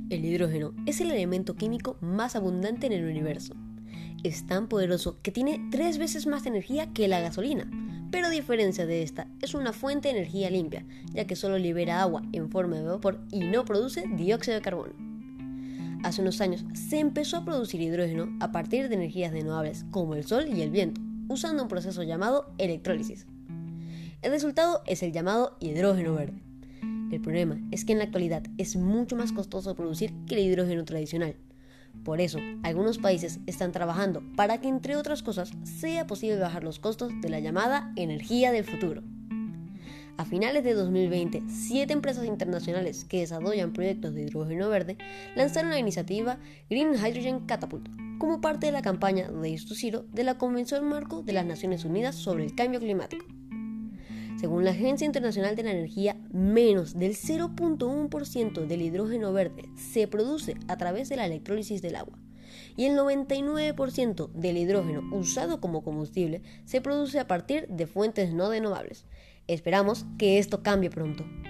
El hidrógeno es el elemento químico más abundante en el universo. Es tan poderoso que tiene 3 veces más energía que la gasolina, pero a diferencia de esta, es una fuente de energía limpia, ya que solo libera agua en forma de vapor y no produce dióxido de carbono. Hace unos años se empezó a producir hidrógeno a partir de energías renovables como el sol y el viento, usando un proceso llamado electrólisis. El resultado es el llamado hidrógeno verde. El problema es que en la actualidad es mucho más costoso producir que el hidrógeno tradicional. Por eso, algunos países están trabajando para que, entre otras cosas, sea posible bajar los costos de la llamada energía del futuro. A finales de 2020, 7 empresas internacionales que desarrollan proyectos de hidrógeno verde lanzaron la iniciativa Green Hydrogen Catapult como parte de la campaña Race to Zero de la Convención Marco de las Naciones Unidas sobre el Cambio Climático. Según la Agencia Internacional de la Energía, menos del 0.1% del hidrógeno verde se produce a través de la electrólisis del agua, y el 99% del hidrógeno usado como combustible se produce a partir de fuentes no renovables. Esperamos que esto cambie pronto.